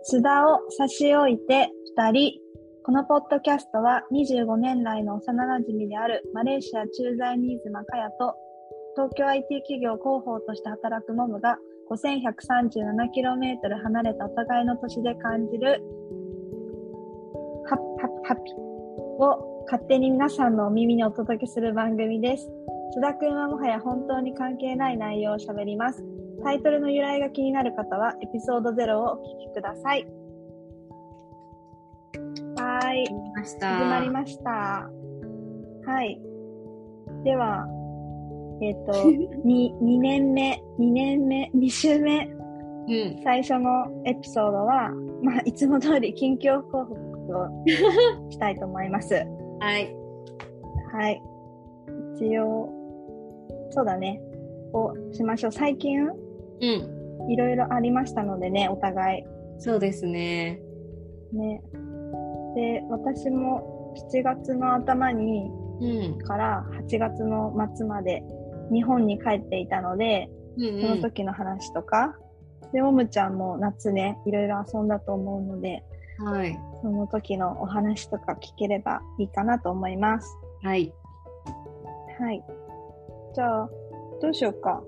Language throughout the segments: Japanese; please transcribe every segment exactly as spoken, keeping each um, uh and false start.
須田を差し置いて二人。このポッドキャストはにじゅうごねん来の幼馴染であるマレーシア駐在新妻かやと東京 アイティー 企業広報として働くモムが ごせんひゃくさんじゅうななキロメートル 離れたお互いの都市で感じるハッハッハッピーを勝手に皆さんのお耳にお届けする番組です。須田くんはもはや本当に関係ない内容を喋ります。タイトルの由来が気になる方はエピソードゼロをお聞きください。はい。始まりました。はい。では、えっ、ー、と、に、にねんめ、にねんめ、に週目、うん、最初のエピソードは、まあ、いつも通り近況報告をしたいと思います。 はい。 はい。一応、そうだね。をしましょう。最近、うん。いろいろありましたのでね、お互い。 そうですね。 ね。で、私もしちがつの頭に、うん、からはちがつの末まで日本に帰っていたので、うんうん、その時の話とか、で、もむちゃんも夏ね、いろいろ遊んだと思うので、はい。その時のお話とか聞ければいいかなと思います。 はい。 はい。じゃあ、どうしようか。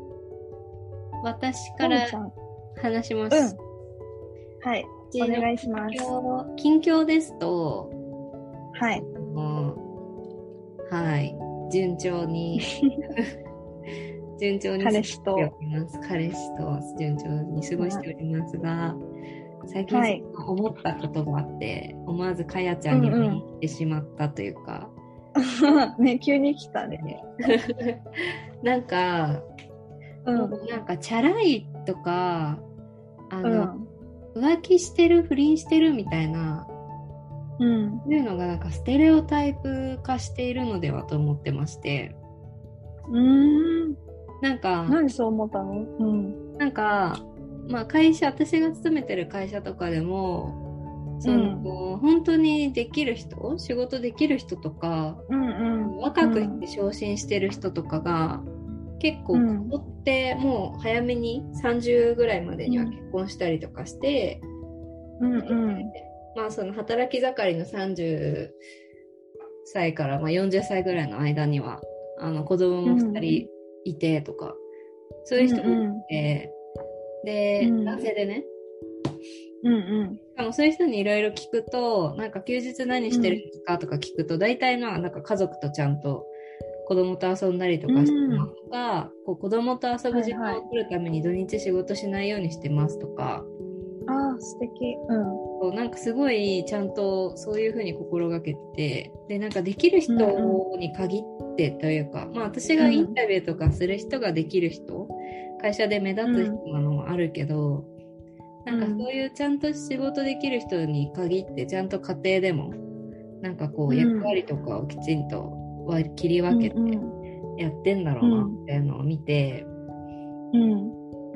私から話します。 うん。はい。お願いします。 近況ですと、 はい。 うん、はい。順調に、順調に彼氏と彼氏と順調に過ごしておりますが、最近、はい、思ったことがあって、思わずかやちゃんに言ってしまったというか。 うんうん、ね、急に来たね。 なんか、うん、なんかチャラいとか、あの、うん、浮気してる、不倫してるみたいな、うん、いうのがなんかステレオタイプ化しているのではと思ってまして。 うーん。 なんか、 何そう思ったの？うん。 なんか、まあ会社、私が勤めてる会社とかでも、その、うん、本当にできる人、仕事できる人とか、うんうん、若くして昇進してる人とかが、うん、結構ここってもう早めにさんじゅうぐらいまでには結婚したりとかして、うんうん、まあその働き盛りのさんじゅっさいからまあよんじゅっさいぐらいの間にはあの子供もふたりいてとか、うん、そういう人もいて、うん、で、うん、男性でね、うんうん、しかもそういう人にいろいろ聞くと、なんか休日何してるんですかとか聞くと、大体まあなんか家族とちゃんと子供と遊んだりとかしてますとか、うん、こう子供と遊ぶ時間を取るために土日仕事しないようにしてますとか、はいはい、 ああ素敵、うん、 なんかすごいちゃんとそういう風に心がけて、でなんかできる人に限ってというか、うんうん、まあ私がインタビューとかする人ができる人、うん、会社で目立つ人なのもあるけど、うん、なんかそういうちゃんと仕事できる人に限ってちゃんと家庭でもなんかこう役割とかをきちんと切り分けてやってんだろうなっていうのを見て、うん、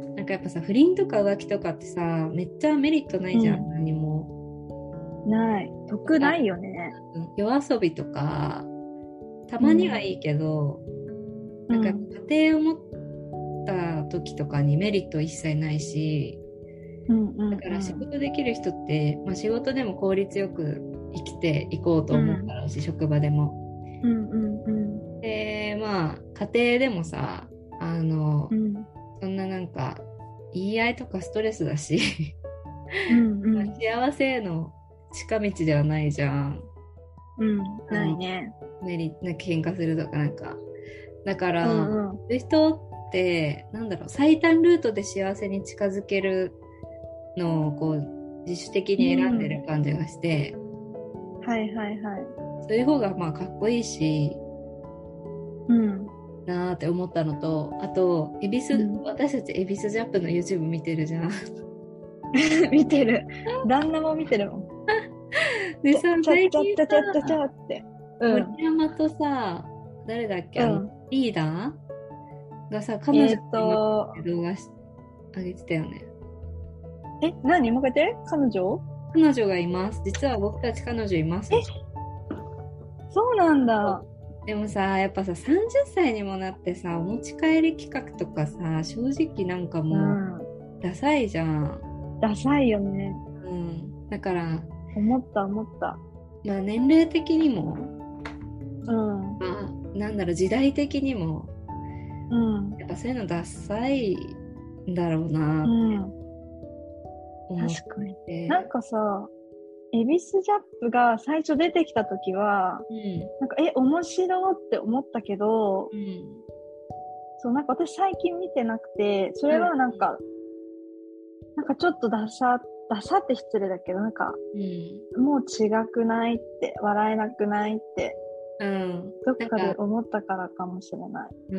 なんかやっぱさ、不倫とか浮気とかってさ、めっちゃメリットないじゃん、うん、何もない得ないよね。 夜遊びとかたまにはいいけど、うん、なんか家庭を持った時とかにメリット一切ないし、うんうんうん、だから仕事できる人って、まあ、仕事でも効率よく生きていこうと思ったらし、うん、職場でも、うんうんうん、でまあ家庭でもさ、あの、うん、そんななんか言い合いとかストレスだし、うんうん、まあ、幸せへの近道ではないじゃん。 うん、ないね。 メリなんか喧嘩するとかなんかだから、うんうん、そういう人ってなんだろう、最短ルートで幸せに近づけるのをこう自主的に選んでる感じがして、うん、 はいはいはい。 そういう方がまあかっこいいし、うん、なーって思ったのと、あと恵比寿、うん、私たち恵比寿ジャップの YouTube 見てるじゃん。 見てる。旦那も見てるもん。 でさ、最近さ、 ちゃっちゃっちゃっちゃって、 うん、森山とさ、誰だっけ、うん、リーダーがさ、彼女の動画上げてたよね。 え、何もう一回言って。彼女彼女がいます。実は僕たち彼女います。 え、そうなんだ。 でもさ、やっぱさ、さんじゅっさいにもなってさ、お持ち帰り企画とかさ、正直なんかもう、ダサいじゃん。 ダサいよね。 うん、だから思った思った。 まあ年齢的にも、 うん、 まあ、なんだろう時代的にも、 うん、 やっぱそういうのダサいんだろうなうってん、 思っ確かに。なて、 んかさ、恵比寿ジャップが最初出てきた時は、 うん、 なんか、え、面白って思ったけど、 うん、 そう、なんか私最近見てなくて、それうん、 はなんか、なんかちょっとダサ、ダサって失礼だけど、なんか、 うん、 もう違くないって、笑えなくないって、 うん、 どっかでなんか、 思ったからかもしれない。 うん、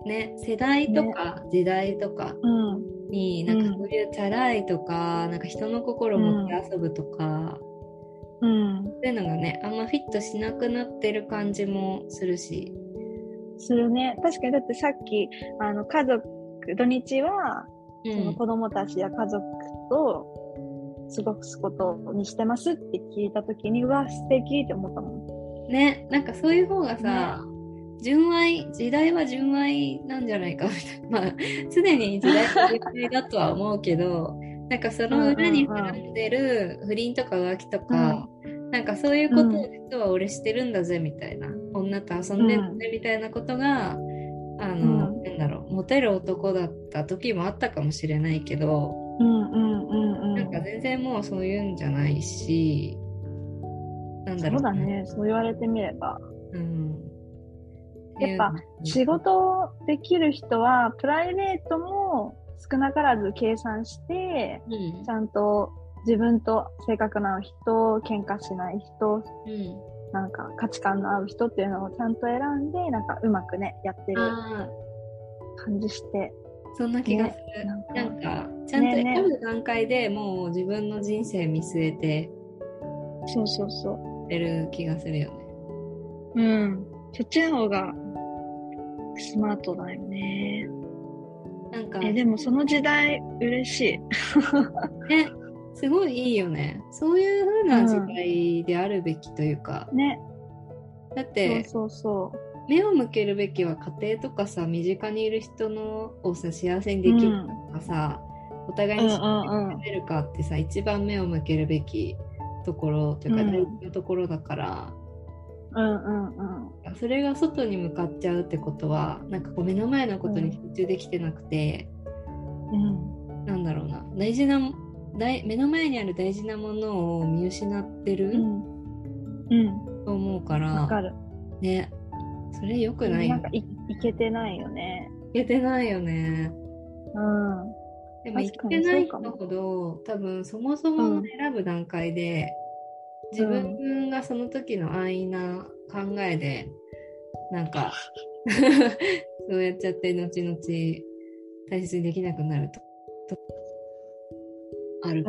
ね、世代とね。 か時代とかうん。 に、なんかそううん。 いうチャラいとか、なんか人の心もてうん。 遊ぶとか、 うん。 そういうのがね、あんまフィットしなくなってる感じもするし。 するね。確かに、だってさっき、あの、家族、土日は、 うん、 その子供たちや家族と過ごすことにしてますって聞いたときに、うわ、素敵って思ったもね、なんかそういう方がん。ね。 さ、純愛、時代は純愛なんじゃないかみたいな。まあ、常に時代は純愛だとは思うけど、なんかそのうんう裏にはらんんでる不倫とか浮気とうん。 か、なんかそういうことをうん。 実は俺してるんだぜみたいな、女と遊んでんだうん。 ぜみたいなことが、あの、 うん。 なんだろう、モテる男だった時もあったかもしれないけど、 うんうんうんなんかうん。 全然もうそういうんじゃないし、なんだろうな。 そうだね。そう言われてみれば。 うん。ってやっぱいうの。 仕事できる人はプライベートも少なからず計算して、 うん。 ちゃんと自分と性格の合う人、喧嘩しない人、 うん。 なんか価値観の合う人っていうのをちゃんと選んで、なんかうまくね、やってるああ、 感じして。 そんな気がすね、 る。 なんか、 なんか、ちゃんとねね、 選ぶ段階でもう自分の人生見据えてそうそうそやる気がするよね。 う。うん。そっちの方がスマートだよね。 なんか、 え、でもその時代嬉しい。 ね、すごいいいよね。そういう風な時うん。 代であるべきというか、 ね、 だってそうそうそ目を向けるべきは家庭とかさ、身近にいる人のをさ、幸せにう。うできるん。 とかさ、お互いうんうに幸せにんうん。 なれるかってさ、一番目を向けるべきところというか、大事なところだから、 うんうんうん。 それが外に向かっちゃうってことは、なんかこう目の前のことに集中できてなくて、 うん。 なんだろうな、大事な、大目の前にある大事なものを見失ってうるん。うん。 と思うから、 わかる。 ね、それ良くないよね。 なんかい、いけてないよね。 いけてないよね。 うん。 でも、い確かけてないにそうかも。 人ほど、多分そもそものうん。 選ぶ段階で、自うん。 分がその時の安易な考えで、なんかそうやっちゃって、後々大切にできなくなると、とある。 うん。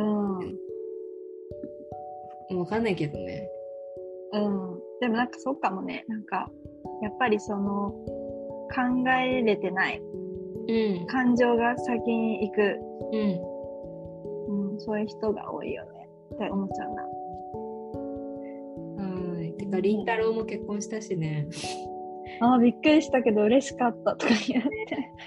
わかんないけどね。 うん。でもなんかそうかもね。なんか、やっぱりその、考えれてない。 うん。 感情が先に行く。 うん。 うん。そういう人が多いよね。って思っちゃうな。 はい。てか、りんたろーも結婚したしね。 ああ、びっくりしたけど嬉しかったとか言って。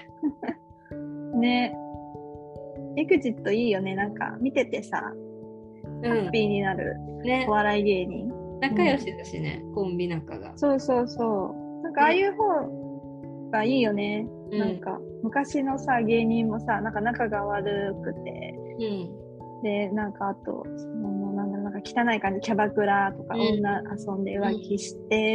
ね。エグジットいいよね。なんか、見ててさ、 うん。 ハッピーになるねお。笑い芸人。 仲良しだしね、コンビ仲が。 そうそうそう。なんか、ああいう方がいいよね。 うん。 なんか、昔のさ、芸人もさ、なんか仲が悪くて、 うん。 で、なんかあと、そのなんだろう、なんか汚い感じ、キャバクラとか、 うん女遊んで浮気して、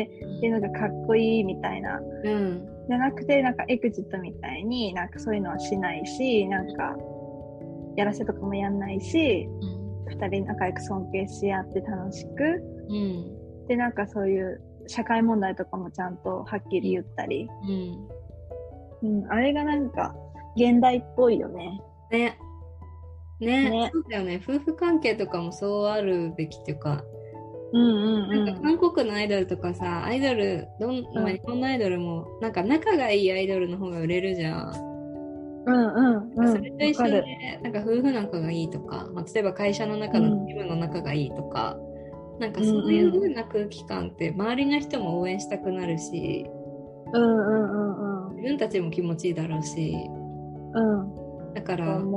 うんっていうのがかっこいいみたいな。 うん。 じゃなくて、なんかエクジットみたいに、なんかそういうのはしないし、なんか、やらせとかもやんないし、 うん。 二人仲良く尊敬し合って楽しく、 うん。 で、なんかそういう社会問題とかもちゃんとはっきり言ったり、 うん。 うん、あれがなんか、現代っぽいよね。 ね。ね。 ね。 そうだよね。夫婦関係とかもそうあるべきっていうか、 うんうんなんかうん。 韓国のアイドルとかさ、アイドル、どん、まあ、日本のアイドルも、なんか仲がいいアイドルの方が売れるじゃん。 うんうんうん。 それと一緒わかる。 で、なんか夫婦仲がいいとか、まあ、例えば会社の中のチームの仲がいいとか、なんかそういう風な空気感って周りの人も応援したくなるし、 うんうんうんうん。 自分たちも気持ちいいだろうし、 うん。 だから、 そう思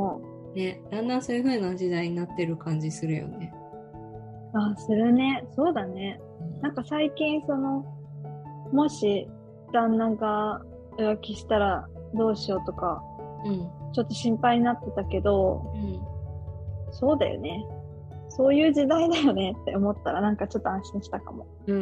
ね、だんだんそういう風な時代になってる感じするよね。 あ、するね。そうだね。なんか最近その、もし旦那が浮気したらどうしようとか、 うん、 ちょっと心配になってたけど、 うん、 そうだよね。そういう時代だよねって思ったらなんかちょっと安心したかも。 うん。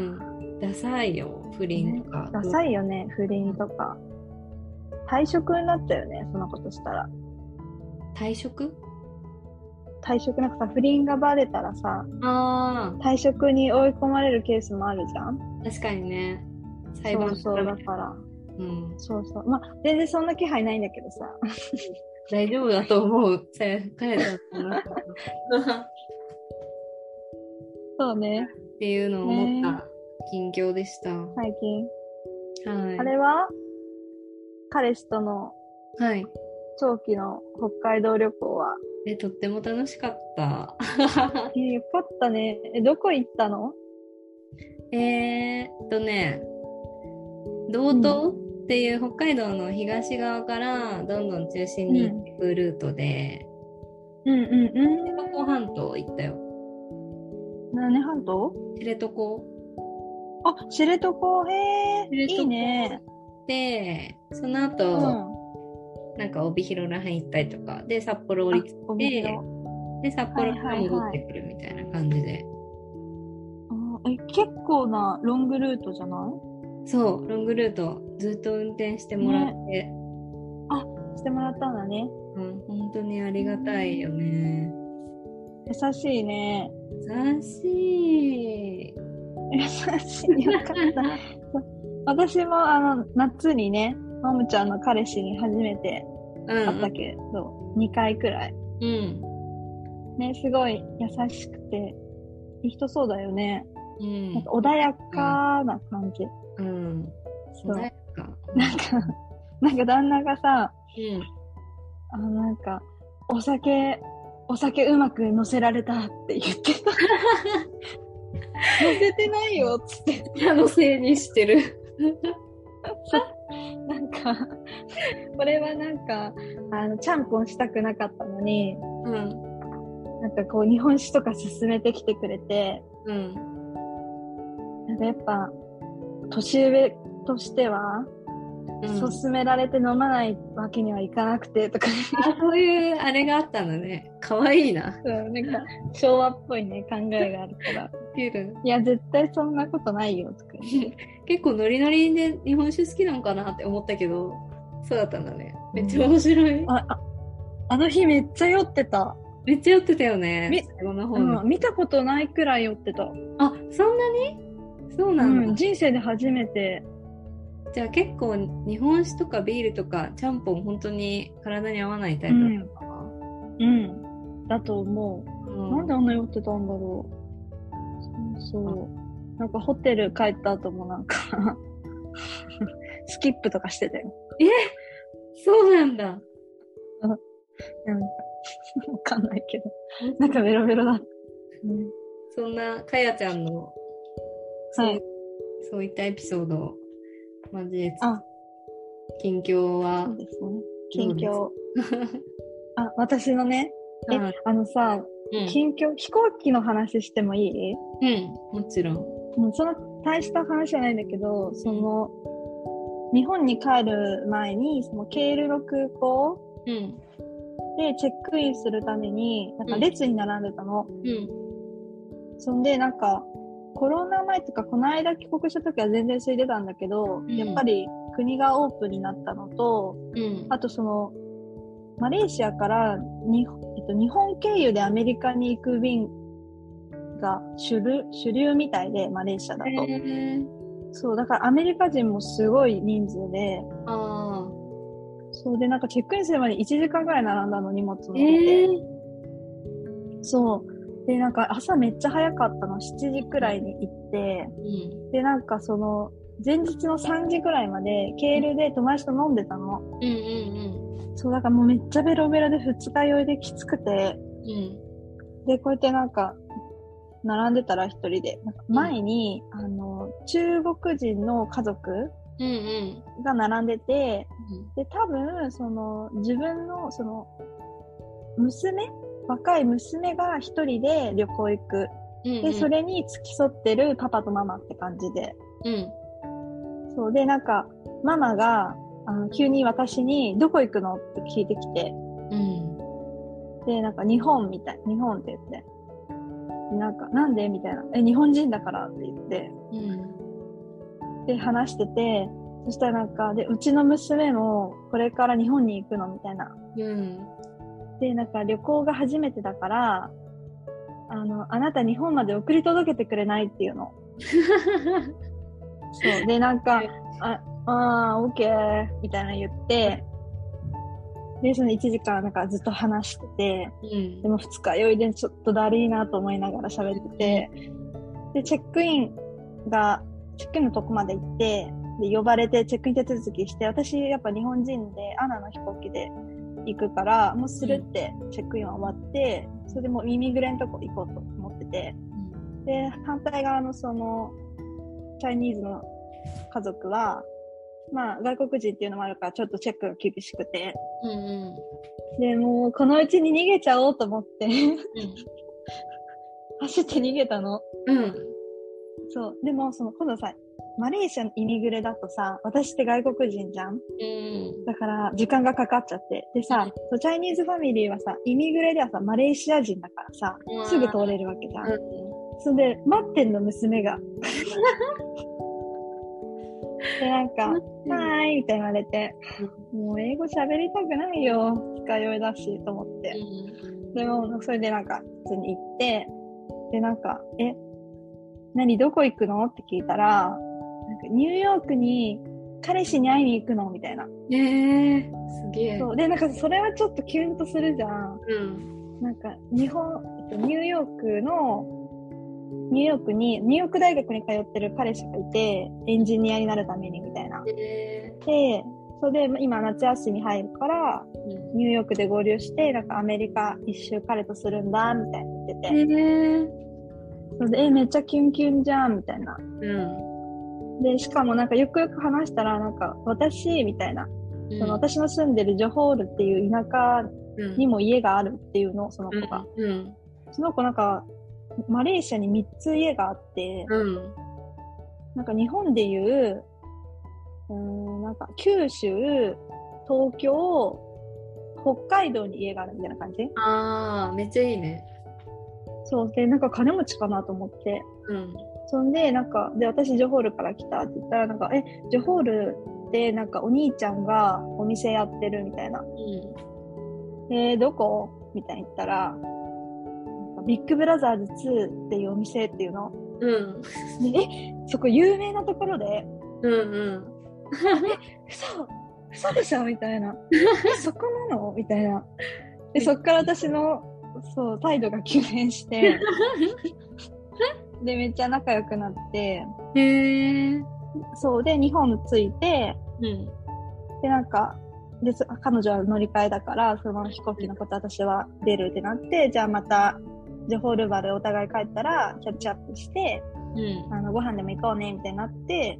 ダサいよ、不倫とか。 ね、ダサいよね、不倫とか。退職になっちゃうよね、そんなことしたら。 退職？ 退職なんかさ、不倫がバレたらさ、 あ退職に追い込まれるケースもあるじゃん。 あ、確かにね。裁判そうそう、だから。 うん。 そうそう。まあ、全然そんな気配ないんだけどさ。 大丈夫だと思う。さや、かやちゃんのそうね。 っていうのを思った近況でした。 最近。 はい。 あれは彼氏とのはい。 長期の北海道旅行はえ、とっても楽しかった。 え、よかったね。え、どこ行ったの？ えーっとね、道東っていう北海道の東側からどんどん中心に行っていくルートで、 うんうんうん。 知床半島行ったよ。 何半島？ 知床。 あ、知床。へえ、いいね。 で、そのう後、 ん。 なんか帯広らへん行ったりとか、で、札幌降りて、 帯広。 で、札幌からはいはいはい戻ってくるみたいな感じで。 あ、え、結構なロングルートじゃない？ そう、ロングルートずっと運転してもらって。 ね、あ、してもらったんだね。 うん、本当にありがたいよね。 優しいね。 優しい。 優しい。よかった。私もあの、夏にね、ももちゃんの彼氏に初めて会ったけど、うん、にかいくらい。 うん。 ね、すごい優しくて、いい人そうだよね。 うん。 なんか穏やかな感じ。 うん。 そう。 穏やか。 なんか、なんか旦那がさ、 うん。 あのなんか、お酒、お酒うまく乗せられたって言ってた。乗せてないよ、つって。 親のせいにしてる。 なんか、これはなんか、あの、ちゃんぽんしたくなかったのに、 うん。 なんかこう、日本酒とか勧めてきてくれて、 うん。 なんかやっぱ、年上としては、うん、勧められて飲まないわけにはいかなくて、とか。 あ、そういうあれがあったのね。かわいいな。 そう、なんか、昭和っぽいね、考えがあるから。いや、絶対そんなことないよ、とか。 結構ノリノリで日本酒好きなのかなって思ったけど、そうだったんだね。めっちゃ面白い。 うん、あ, あ, あの日めっちゃ酔ってた。 めっちゃ酔ってたよね。 最後の方に、うん、見たことないくらい酔ってた。 あ、そんなに？そうなんだ、 うん。人生で初めて。 じゃあ結構日本酒とかビールとかちゃんぽん本当に体に合わないタイプなのかな？ うん、うん、だと思う、うん。なんであんな酔ってたんだろう。そうそう。なんかホテル帰った後もなんかスキップとかしてたよ。 え？そうなんだ。 なんかわかんないけど、なんかベロベロだった。 うん、そんなかやちゃんのそう、はい、そういったエピソード、マジで近況はそうですね。近況。あ、私のね、え、あのさ、うん、近況、飛行機の話してもいい？ うん、もちろん。 うん、その大した話じゃないんだけど、その、日本に帰る前に、そのケールの空港でチェックインするために、なんか列に並んでたの。うん。そんで、なんか、コロナ前とか、この間帰国した時は全然空いてたんだけど、うん、やっぱり国がオープンになったのと、うん、あとその、マレーシアからに、えっと、日本経由でアメリカに行く便が主流、主流みたいで、マレーシアだと。そう、だからアメリカ人もすごい人数で、あそうで、なんかチェックインするまでいちじかんぐらい並んだの、荷物持って。えー、そう。で、なんか朝めっちゃ早かったの、しちじくらいに行って、うん、で、なんかその、前日のさんじくらいまで、ケールで友達と飲んでたの。うんうんうん。そう、だからもうめっちゃベロベロで二日酔いできつくて、うん、で、こうやってなんか、並んでたら一人で、なんか前に、うん、あの、中国人の家族が並んでて、うんうん、で、多分、その、自分の、その、 娘若い娘が一人で旅行行く、うんうん、でそれに付き添ってるパパとママって感じで、うん、そうでなんかママがあの急に私にどこ行くのって聞いてきて、うん、でなんか日本みたい日本って言ってなんかなんでみたいなえ日本人だからって言って、うん、で話しててそしたらなんかでうちの娘もこれから日本に行くのみたいな、うんで、なんか旅行が初めてだから、あの、あなた日本まで送り届けてくれないっていうの。そう。で、なんか、あ、あー、オッケー、みたいな言って、で、そのいちじかんなんかずっと話してて、うん、でも二日酔いでちょっとだるいなと思いながら喋ってて、で、チェックインが、チェックインのとこまで行って、で、呼ばれてチェックイン手続きして、私やっぱ日本人で、アナの飛行機で、行くからもうするってチェックインは終わって、うん、それでもうイミグレのとこ行こうと思ってて、うん、で反対側のそのチャイニーズの家族はまあ外国人っていうのもあるからちょっとチェックが厳しくて、うんうん、でもうこのうちに逃げちゃおうと思って、うん、走って逃げたの、うん、そうでもその今度さマレーシアのイミグレだとさ、私って外国人じゃん、うん、だから時間がかかっちゃって。でさ、うん、チャイニーズファミリーはさ、イミグレではさ、マレーシア人だからさ、うん、すぐ通れるわけじゃん。うん、それで、待ってんの、娘が。で、なんか、はーいみたいに言われて、もう英語喋りたくないよ。二日酔いだし、と思って。うん、でも、それでなんか、普通に行って、で、なんか、え、何、どこ行くのって聞いたら、なんかニューヨークに彼氏に会いに行くのみたいな。 えー、すげえ。 そうでなんかそれはちょっとキュンとするじゃん。うん。なんか日本ニューヨークのニューヨークにニューヨーク大学に通ってる彼氏がいてエンジニアになるためにみたいな。えー、でそれで今夏休み入るから、うん、ニューヨークで合流してなんかアメリカ一周彼とするんだみたいな言ってて。えー、それでえめっちゃキュンキュンじゃんみたいな。うんで、しかもなんかよくよく話したら、なんか私みたいな、うん、その私の住んでるジョホールっていう田舎にも家があるっていうの、その子が。うんうん、その子なんか、マレーシアにみっつ家があって、うん、なんか日本でいう、うーん、なんか九州、東京、北海道に家があるみたいな感じ？ あー、めっちゃいいね。 そうで、なんか金持ちかなと思って。うんそんで、なんか、で、私、ジョホールから来たって言ったら、なんか、え、ジョホールで、なんか、お兄ちゃんがお店やってるみたいな。うん、えー、どこみたいに言ったら、なんかビッグブラザーズツーっていうお店っていうの。うん。でえ、そこ有名なところで。うんうん。え、嘘嘘でしょみたいな。え、そこなのみたいな。で、そっから私の、そう、態度が急変して、で、めっちゃ仲良くなって、へー。そう、で、日本着いて、うん。で、なんか、で、彼女は乗り換えだから、その飛行機のこと私は出るってなって、じゃあまた、ジョホールバでお互い帰ったら、キャッチアップして、うん。あの、ご飯でも行こうね、みたいになって、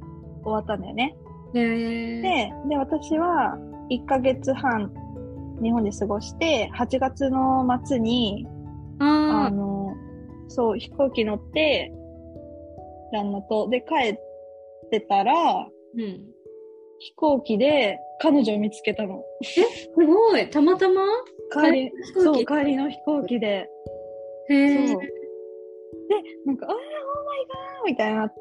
終わったんだよね。へー。で、で、私はいっかげつはん、日本で過ごして、はちがつの末に、ああの、そう、飛行機乗って、旦那と、で、帰ってたら、うん、飛行機で彼女を見つけたの。 え、すごい。たまたま帰り、そう、帰りの飛行機で。へー。そう。で、なんか、あー、オーマイガーみたいになって、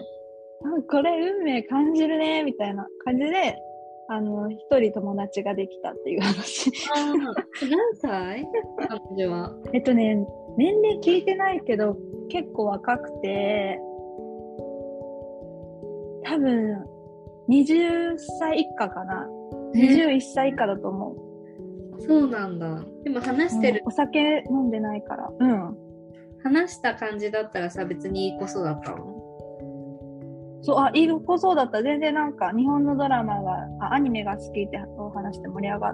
うん、これ運命感じるね、みたいな感じで、あの、一人友達ができたっていう話。 あ何歳彼女は。 えっとね、年齢聞いてないけど、結構若くて、多分、はたち以下かな。はたち以下だと思う。そうなんだ。でも話してる、 うん。お酒飲んでないから。うん。 話した感じだったらさ、別にいい子そうだったの？ そう、あ、いい子そうだった。全然なんか、日本のドラマが、あアニメが好きって話して盛り上がって、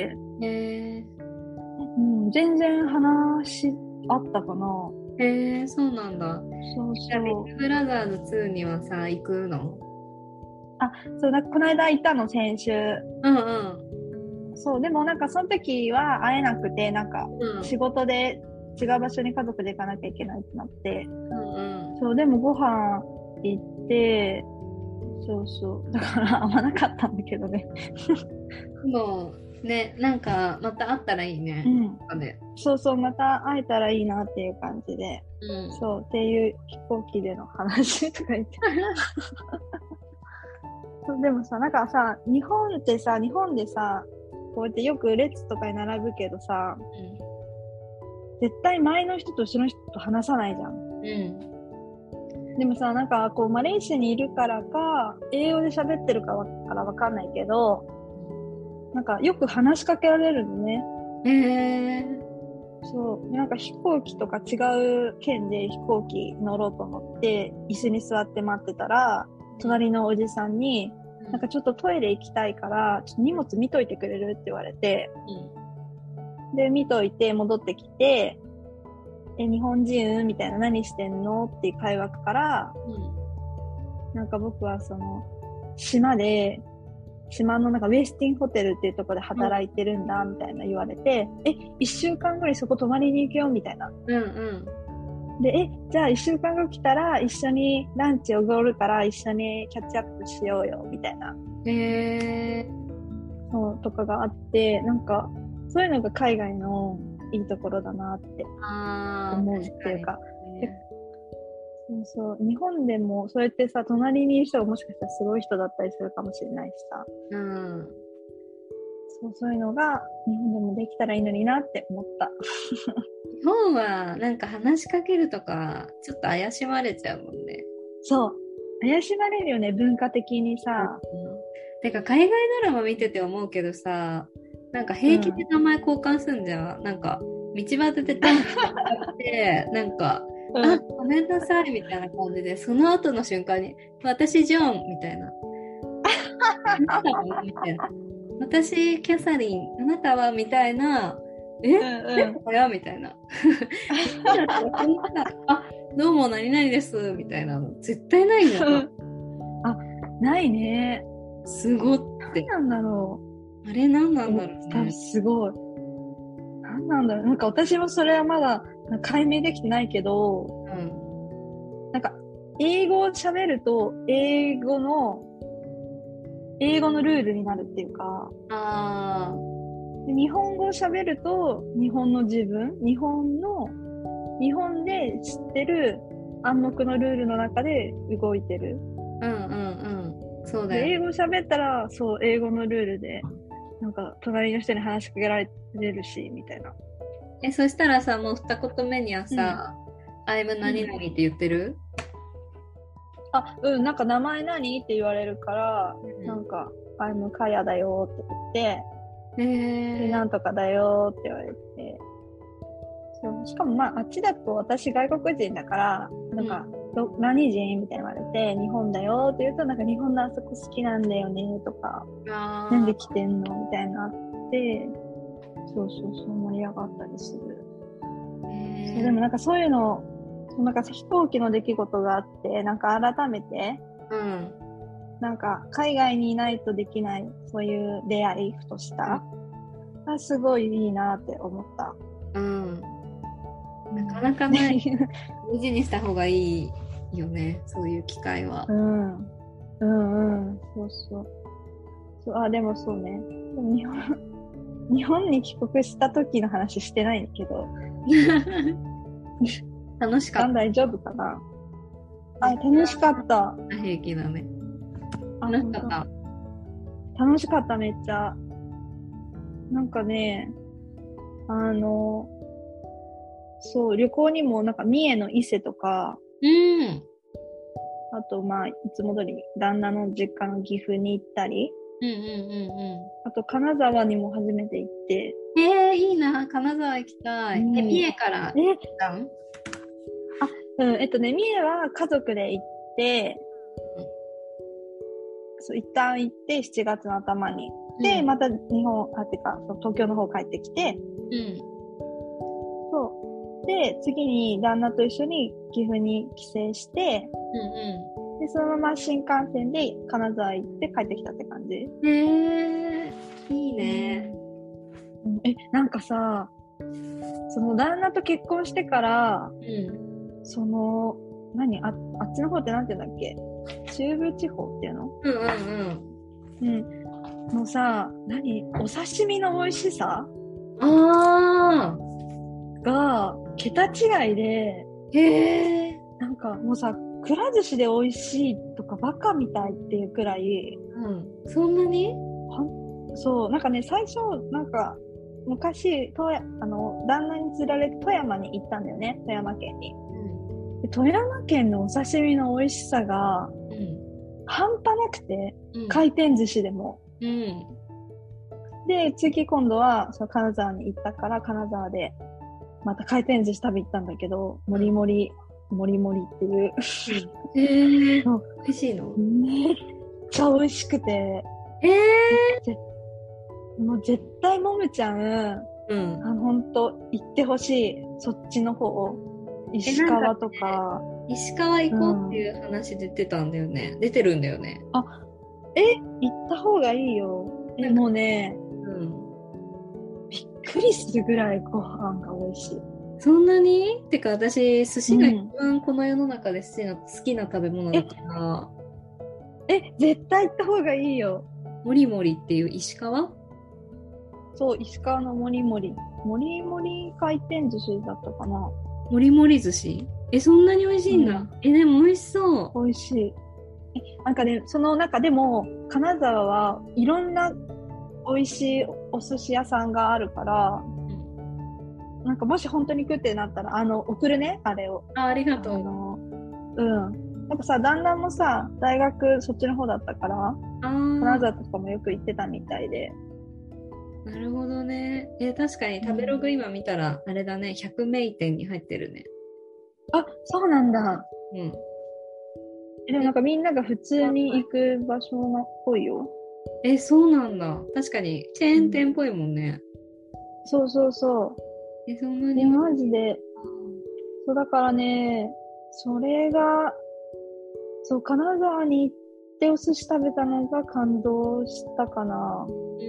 へー。うん、全然話あったかな。 へー、そうなんだ。 そうそう。 ビッグブラザーズツーにはさ、行くの？ あ、そうだ、この間行ったの、先週。うんうん。 そう、でもなんかその時は会えなくて、なんか仕事で違う場所に家族で行かなきゃいけないってなって、うんうん、そう、でもご飯行って、そうそう、だから会わなかったんだけどね。 もうね、なんかまた会ったらいいね。 うん、ね、そうそう、また会えたらいいなっていう感じで、うん、そうっていう飛行機での話とか言って。でもさ、なんかさ、日本ってさ、日本でさ、こうやってよく列とかに並ぶけどさ、うん、絶対前の人と後ろの人と話さないじゃん。うん。でもさ、なんかこうマレーシアにいるからか、英語で喋ってるかわからわかんないけど、なんかよく話しかけられるのね。へー。そう。なんか飛行機とか違う県で飛行機乗ろうと思って、椅子に座って待ってたら、隣のおじさんに、うん、なんかちょっとトイレ行きたいから、ちょっと荷物見といてくれるって言われて、うん、で、見といて戻ってきて、え、日本人みたいな、何してんのっていう会話から、うん、なんか僕はその、島で、島のなんかウェスティンホテルっていうところで働いてるんだ、みたいな言われて、うん、え、一週間後にそこ泊まりに行くよ、みたいな。うんうんで、え、じゃあ一週間後来たら一緒にランチおごるから一緒にキャッチアップしようよ、みたいな。へー。そう、とかがあって、なんか、そういうのが海外のいいところだなって思うっていうか。かそうそう。日本でもそうやってさ、隣にいる人がもしかしたらすごい人だったりするかもしれないしさ。うん。そう、そういうのが日本でもできたらいいのになって思った。 日本はなんか話しかけるとかちょっと怪しまれちゃうもんね。 そう。怪しまれるよね、文化的にさ。 うん、てか海外ドラマ見てて思うけどさ、なんか平気で名前交換すんじゃん。うん、なんか道端でタンってなんか、うん、あ、ごめんなさいみたいな感じで、その後の瞬間に私ジョンみたいな。みたいな。私キャサリン、あなたはみたいな。え、うんうん、えこれはみたいな。あ、どうも何々ですみたいなの絶対ないんだよ。 あ、ないね。 すごって。 何なんだろう。あれ何なんだろうね。 すごい。何なんだろう。なんか私もそれはまだ解明できてないけど、うん、なんか英語を喋ると英語の英語のルールになるっていうか。ああ。日本語を喋ると日本の自分、日本の、日本で知ってる暗黙のルールの中で動いてる。うんうんうん。そうだよ。で、英語喋ったら、そう、英語のルールで、なんか隣の人に話しかけられるし、みたいな。 え、そしたらさ、もう二言目にはさ、うん、I'm 何々って言ってる？ うん、あ、うん、なんか名前何って言われるから、うん、なんか、I'm かやだよって言って、えー、なんとかだよって言われて。そうしかもまあ、あっちだと私外国人だから、なんか、うん、何人みたいに言われて、日本だよって言うと、なんか日本のあそこ好きなんだよねとか、なんで来てんのみたいなあって、そうそうそう盛り上がったりする。えー、そうでもなんかそういうの、なんか飛行機の出来事があって、なんか改めて、うん。なんか海外にいないとできないそういう出会いふとしたがすごいいいなって思った。うん。 なかなかない大事にした方がいいよね、そういう機会は。 うんうんうん、そうそう。そうあでもそうね。でも日本日本に帰国した時の話してないんだけど。 楽しかった。 大丈夫かな。あ楽しかった。 平気だね。楽しかった。 楽しかった、めっちゃ。なんかね、あの、そう、旅行にもなんか三重の伊勢とか、うん。あと、まあ、いつも通り旦那の実家の岐阜に行ったり、うんうんうんうん。あと、金沢にも初めて行って。 えー、いいな、金沢行きたい。うん、え、三重から行ったん？ あ、うん、えっとね、三重は家族で行って、そう一旦行ってしちがつの頭に、うん、でまた日本あってか東京の方帰ってきて、うん、そうで次に旦那と一緒に岐阜に帰省して、うんうん、でそのまま新幹線で金沢行って帰ってきたって感じ。 へえー、いいね。 なんかさ、その旦那と結婚してから、 うん、 その、何あ、あっちの方ってなんて言うんだっけ、中部地方っていうの？ うんうんうん。のさ、何お刺身の美味しさうん。あが、桁違いで、 ー。へー。 なんかもうさ、くら寿司で美味しいとかバカみたいっていうくらい、 うん。そんなに？ ほんそう、なんかね、最初、なんか、昔、富山あの、旦那に連れられて富山に行ったんだよね、富山県に。で富山県のお刺身の美味しさが、 うん。 半端なくて、 うん。 回転寿司でも。 うん。 で、次今度は、その金沢に行ったから、金沢で、また回転寿司食べ行ったんだけど、もりもり、もりもりっていう。 うん、へー。 もう美味しいの？ めっちゃ美味しくて、 へえもう絶対もむちゃん、 うん。 あの、ほんと、行ってほしい。そっちの方。石川とか。 石川行こうっていう話出てたんだよね。うん、出てるんだよね。 あ、え、行った方がいいよ。え、もうね、 うん。 びっくりするぐらいご飯が美味しい。 そんなに？てか私、寿司が一番この世の中で好きな、うん、好きな食べ物だから。 え、え、絶対行った方がいいよ。 もりもりっていう石川？ そう、石川のもりもり。もりもり回転寿司だったかな。 もりもり寿司？え、そんなに美味しいんだ。うん、え、でも美味しそう。 美味しい。え、なんかね、その中でも、金沢はいろんな美味しいお寿司屋さんがあるから、うん、なんかもし本当に食ってなったら、あの、送るね、あれを。 あ、ありがとう。あの、うん。なんかさ、旦那もさ、大学そっちの方だったから、金沢とかもよく行ってたみたいで。 なるほどね。え、確かに食べログ今見たら、あれだね、ひゃく名店に入ってるね。 あ、そうなんだ。 うん。 え、でもなんかみんなが普通に行く場所っぽいよ。 え、そうなんだ。確かに、チェーン店っぽいもんね。 うん、そうそうそう。 え、そんなに。 え、マジで。そう、だからね、それが、そう、金沢に行ってお寿司食べたのが感動したかな。 うん。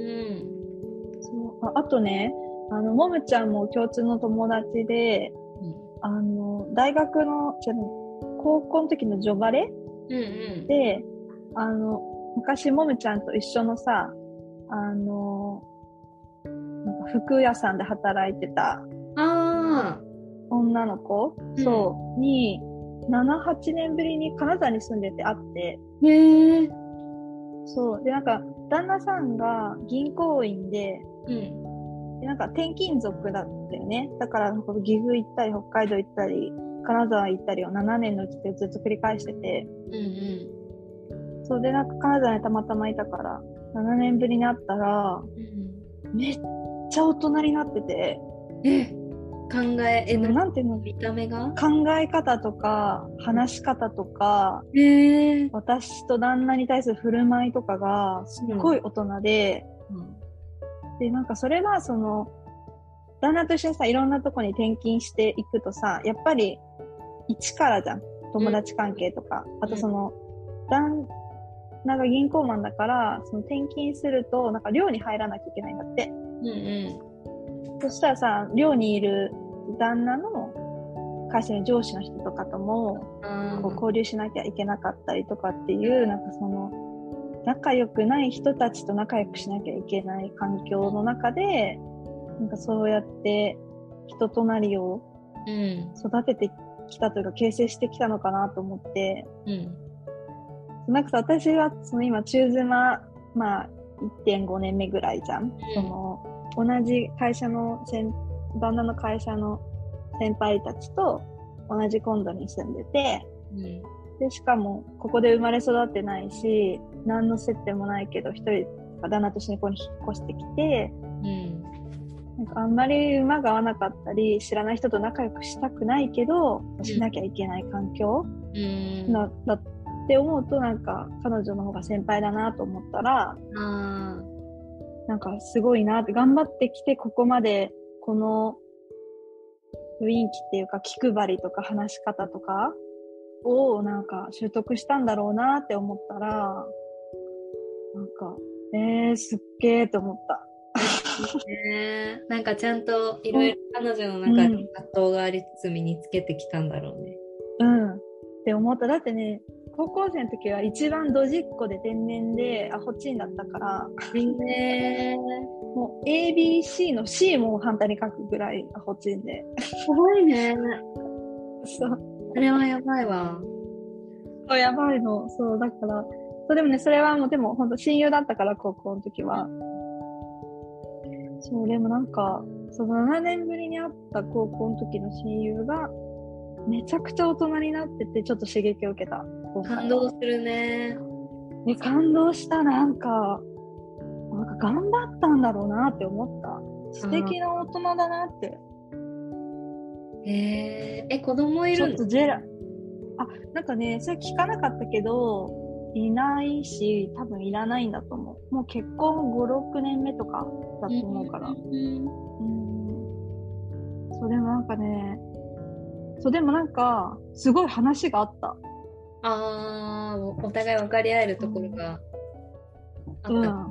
そう、あ、あとね、あの、もむちゃんも共通の友達で、うん、あの、大学の、じゃ高校の時のジョバレ、うんうん、で、あの、昔もむちゃんと一緒のさ、あの、なんか服屋さんで働いてた、 あ女の子、うん、そう、に、なな、はちねんぶりに金沢に住んでて会って、 へー。 そう、で、なんか、旦那さんが銀行員で、うん、でなんか転勤族だったよね。だから、岐阜行ったり、北海道行ったり、金沢行ったりをななねんのうちでずっと繰り返してて、うんうん、そうで、なんか金沢にたまたまいたから、ななねんぶりに会ったら、うん、めっちゃ大人になってて、 え、考え、え、 なんていうの、 見た目が考え方とか、話し方とか、 へー、 私と旦那に対する振る舞いとかが、すっごい大人で、うんうん、で、なんかそれはその、旦那と一緒にさ、いろんなとこに転勤していくとさ、やっぱり、一からじゃん。友達関係とか。うん、あとその、旦那が銀行マンだから、その転勤すると、なんか寮に入らなきゃいけないんだって。うんうん。そしたらさ、寮にいる旦那の会社の上司の人とかとも、こう交流しなきゃいけなかったりとかっていう、なんかその、仲良くない人たちと仲良くしなきゃいけない環境の中で、なんかそうやって人となりを育ててきたというか、形成してきたのかなと思って、うん、なんかさ、私はその今中妻、まあ いってんごねんめぐらいじゃん。うん、その同じ会社の先、旦那の会社の先輩たちと同じコンドに住んでて、うん、で、しかもここで生まれ育ってないし、何の接点もないけど、一人旦那と一緒にここに引っ越してきて、うんなんかあんまり馬が合わなかったり、知らない人と仲良くしたくないけど、しなきゃいけない環境、うん、だだって思うと、なんか彼女の方が先輩だなと思ったら、あなんかすごいなって、頑張ってきてここまでこの雰囲気っていうか気配りとか話し方とかをなんか習得したんだろうなって思ったら、なんか、えー、すっげーと思った。 ね、なんかちゃんといろいろ彼女の中で葛藤がありつつ身につけてきたんだろうね。 うん。って思った。だってね、高校生の時は一番ドジっ子で天然でアホチンだったから、 ね、 もう エービーシー の C も反対に書くぐらいアホチンで。 すごいね。 そう。 それはやばいわ。 そう、やばいの。そう、だから、そう、でもね、それはもうでも本当親友だったから、高校の時は。そう、でもなんか、そのななねんぶりに会った高校の時の親友が、めちゃくちゃ大人になってて、ちょっと刺激を受けた。 感動するね。 ね、感動した、なんか、なんか頑張ったんだろうなって思った。素敵な大人だなって。 えー、え、子供いるの？ ちょっとジェラ、あ、なんかね、それ聞かなかったけど、いないし、多分いらないんだと思う。もう結婚ご、ろくねんめとかだと思うから。うん。うん、そう、でもなんかね、そう、でもなんか、すごい話があった。 あー、お互い分かり合えるところがあった。 うん、あった。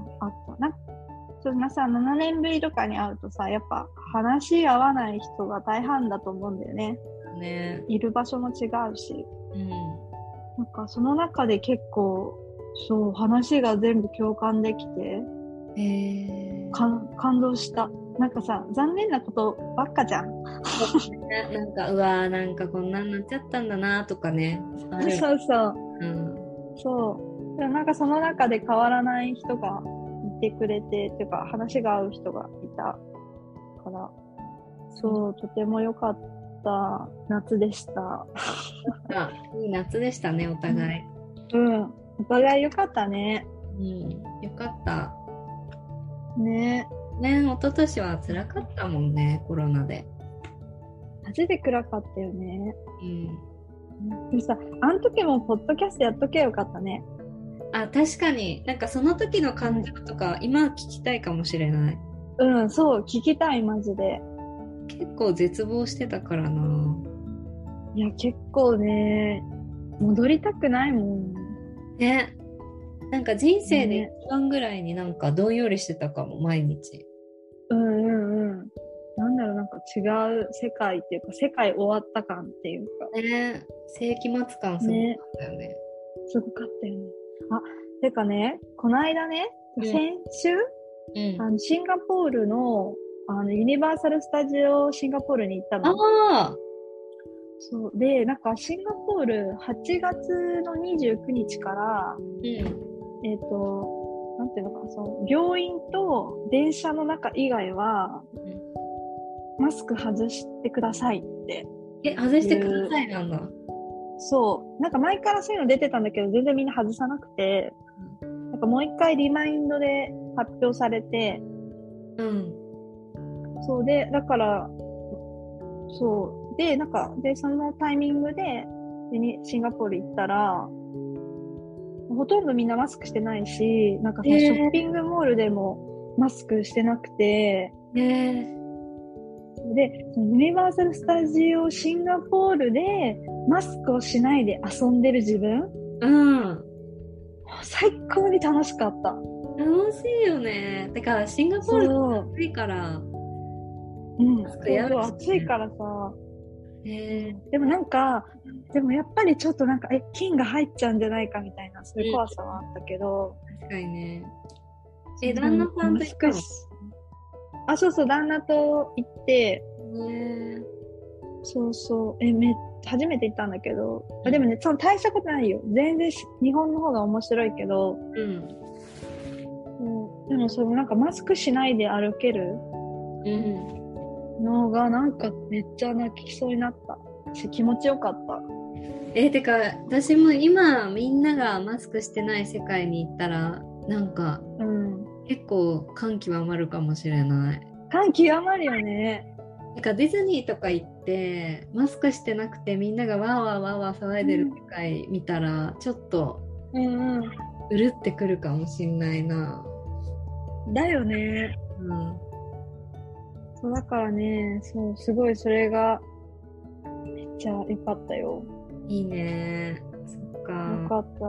なんかそんなさ、ななねんぶりとかに会うとさ、やっぱ話し合わない人が大半だと思うんだよね。 ね。 いる場所も違うし。 うん。 なんかその中で結構、そう、話が全部共感できて、 えー、 感感動した。なんかさ、残念なことばっかじゃん。 ね、なんか、うわー、なんかこんなんなっちゃったんだなとかね。 そうそう。 うん。 そう。でもなんかその中で変わらない人がいてくれて、っていうか話が合う人がいたから、そう、とても良かった夏でした。 あ、いい夏でしたね、お互い。 うん。お互い良かったね。 うん、よかった。 ね。 ね、一昨年は辛かったもんね、コロナで。 マジで暗かったよね。 うん。 でもさ、あの時もポッドキャストやっとけばよかったね。 あ、確かに、なんかその時の感情とか、今聞きたいかもしれない。 うん、そう、聞きたい、マジで。 結構絶望してたからな。 いや、結構ね、戻りたくないもん。 ね。なんか人生で一番ぐらいになんかどんよりしてたかも、毎日。 うんうんうん。なんだろう、なんか違う世界っていうか、世界終わった感っていうか。 ね。世紀末感すごかったよね。 すごかったよね。あ、てかね、この間ね、 うん先週、 うん。 あのシンガポールの、あの、ユニバーサル・スタジオ・シンガポールに行ったの。 ああ、 そう。で、なんかシンガポールはちがつのにじゅうくにちから、 うん。 えっと、なんていうのかな、その、病院と電車の中以外は、マスク外してくださいって。 え、外してくださいなんだ。 そう。なんか前からそういうの出てたんだけど、全然みんな外さなくて、なんかもう一回リマインドで発表されて、 うん。 そうで、だから、そう。で、なんか、で、そのタイミングで、でにシンガポール行ったら、ほとんどみんなマスクしてないし、なんかさ、 えーショッピングモールでもマスクしてなくて、 ねで、そのユニバーサル・スタジオ・シンガポールでマスクをしないで遊んでる自分、 うん。 最高に楽しかった。 楽しいよね。だからシンガポールって暑いから、 うん、 マスクやるしねそう暑いからさ、 えでもなんか、でもやっぱりちょっとなんか、え、菌が入っちゃうんじゃないかみたいな、そういう怖さはあったけど。 確かにね。え、旦那さんと行ったの？ あ、そうそう、旦那と行って、 ねそうそう、え、め、初めて行ったんだけど、あでもね、その大したことないよ。全然日本の方が面白いけど、 うん。 うん、でもそのなんかマスクしないで歩けるうん。 のがなんかめっちゃ泣きそうになったし、気持ちよかった。 え、てか、私も今みんながマスクしてない世界に行ったら、なんか、 うん。 結構感極まるかもしれない。 感極まるよね。 なんかディズニーとか行ってマスクしてなくてみんながわーわーわーわー騒いでる世界見たら、ちょっとうんうん。 うるってくるかもしんないな。 だよね。 うん。 そうだからね、そう、すごいそれがめっちゃ良かったよ。 いいね。そっか。 良かった。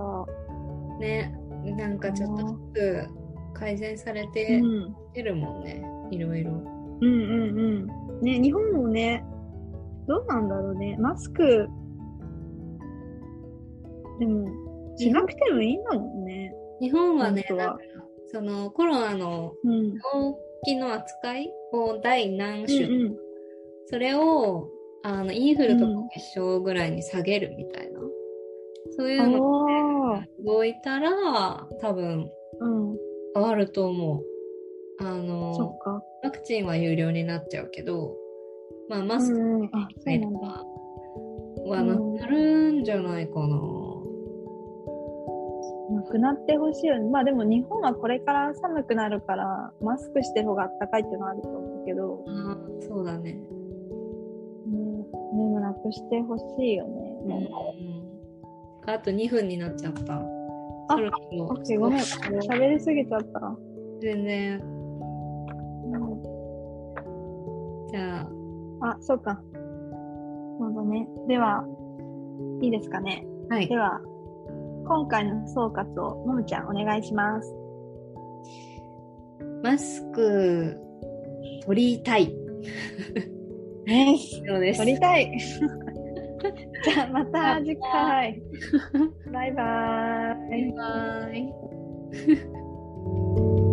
ね、なんかちょっとずつ改善されてるもんね。 うん、 いろいろ。 うんうんうん。ね、日本もね、どうなんだろうね。マスク、でも、しなくてもいいんだもんね。 日本はね、 はなんかそのコロナの病気の扱いを第何種、うんうん、それをあのインフルとか結晶ぐらいに下げるみたいな、うん、そういうので動いたら多分変わると思う。あのそっか、 ワクチンは有料になっちゃうけど、まあ、マスクの使とかはなくなるんじゃないかな。 なくなってほしいよね。まあでも日本はこれから寒くなるからマスクしてる方が暖かいっていうのはあると思うけど。 ああ、そうだね。ね、 でもなくしてほしいよね。 うん、あとにふんになっちゃった。 あ、オッケー、ごめん。喋りすぎちゃった。 全然。じゃあ。あ、そうか。なるほどね。では、いいですかね。 はい。 では、今回の総括をもむちゃんお願いします。 マスク取りたい。 ね、 そうです。 取りたい。じゃあまた次回。バイバーイ。 バイバイ。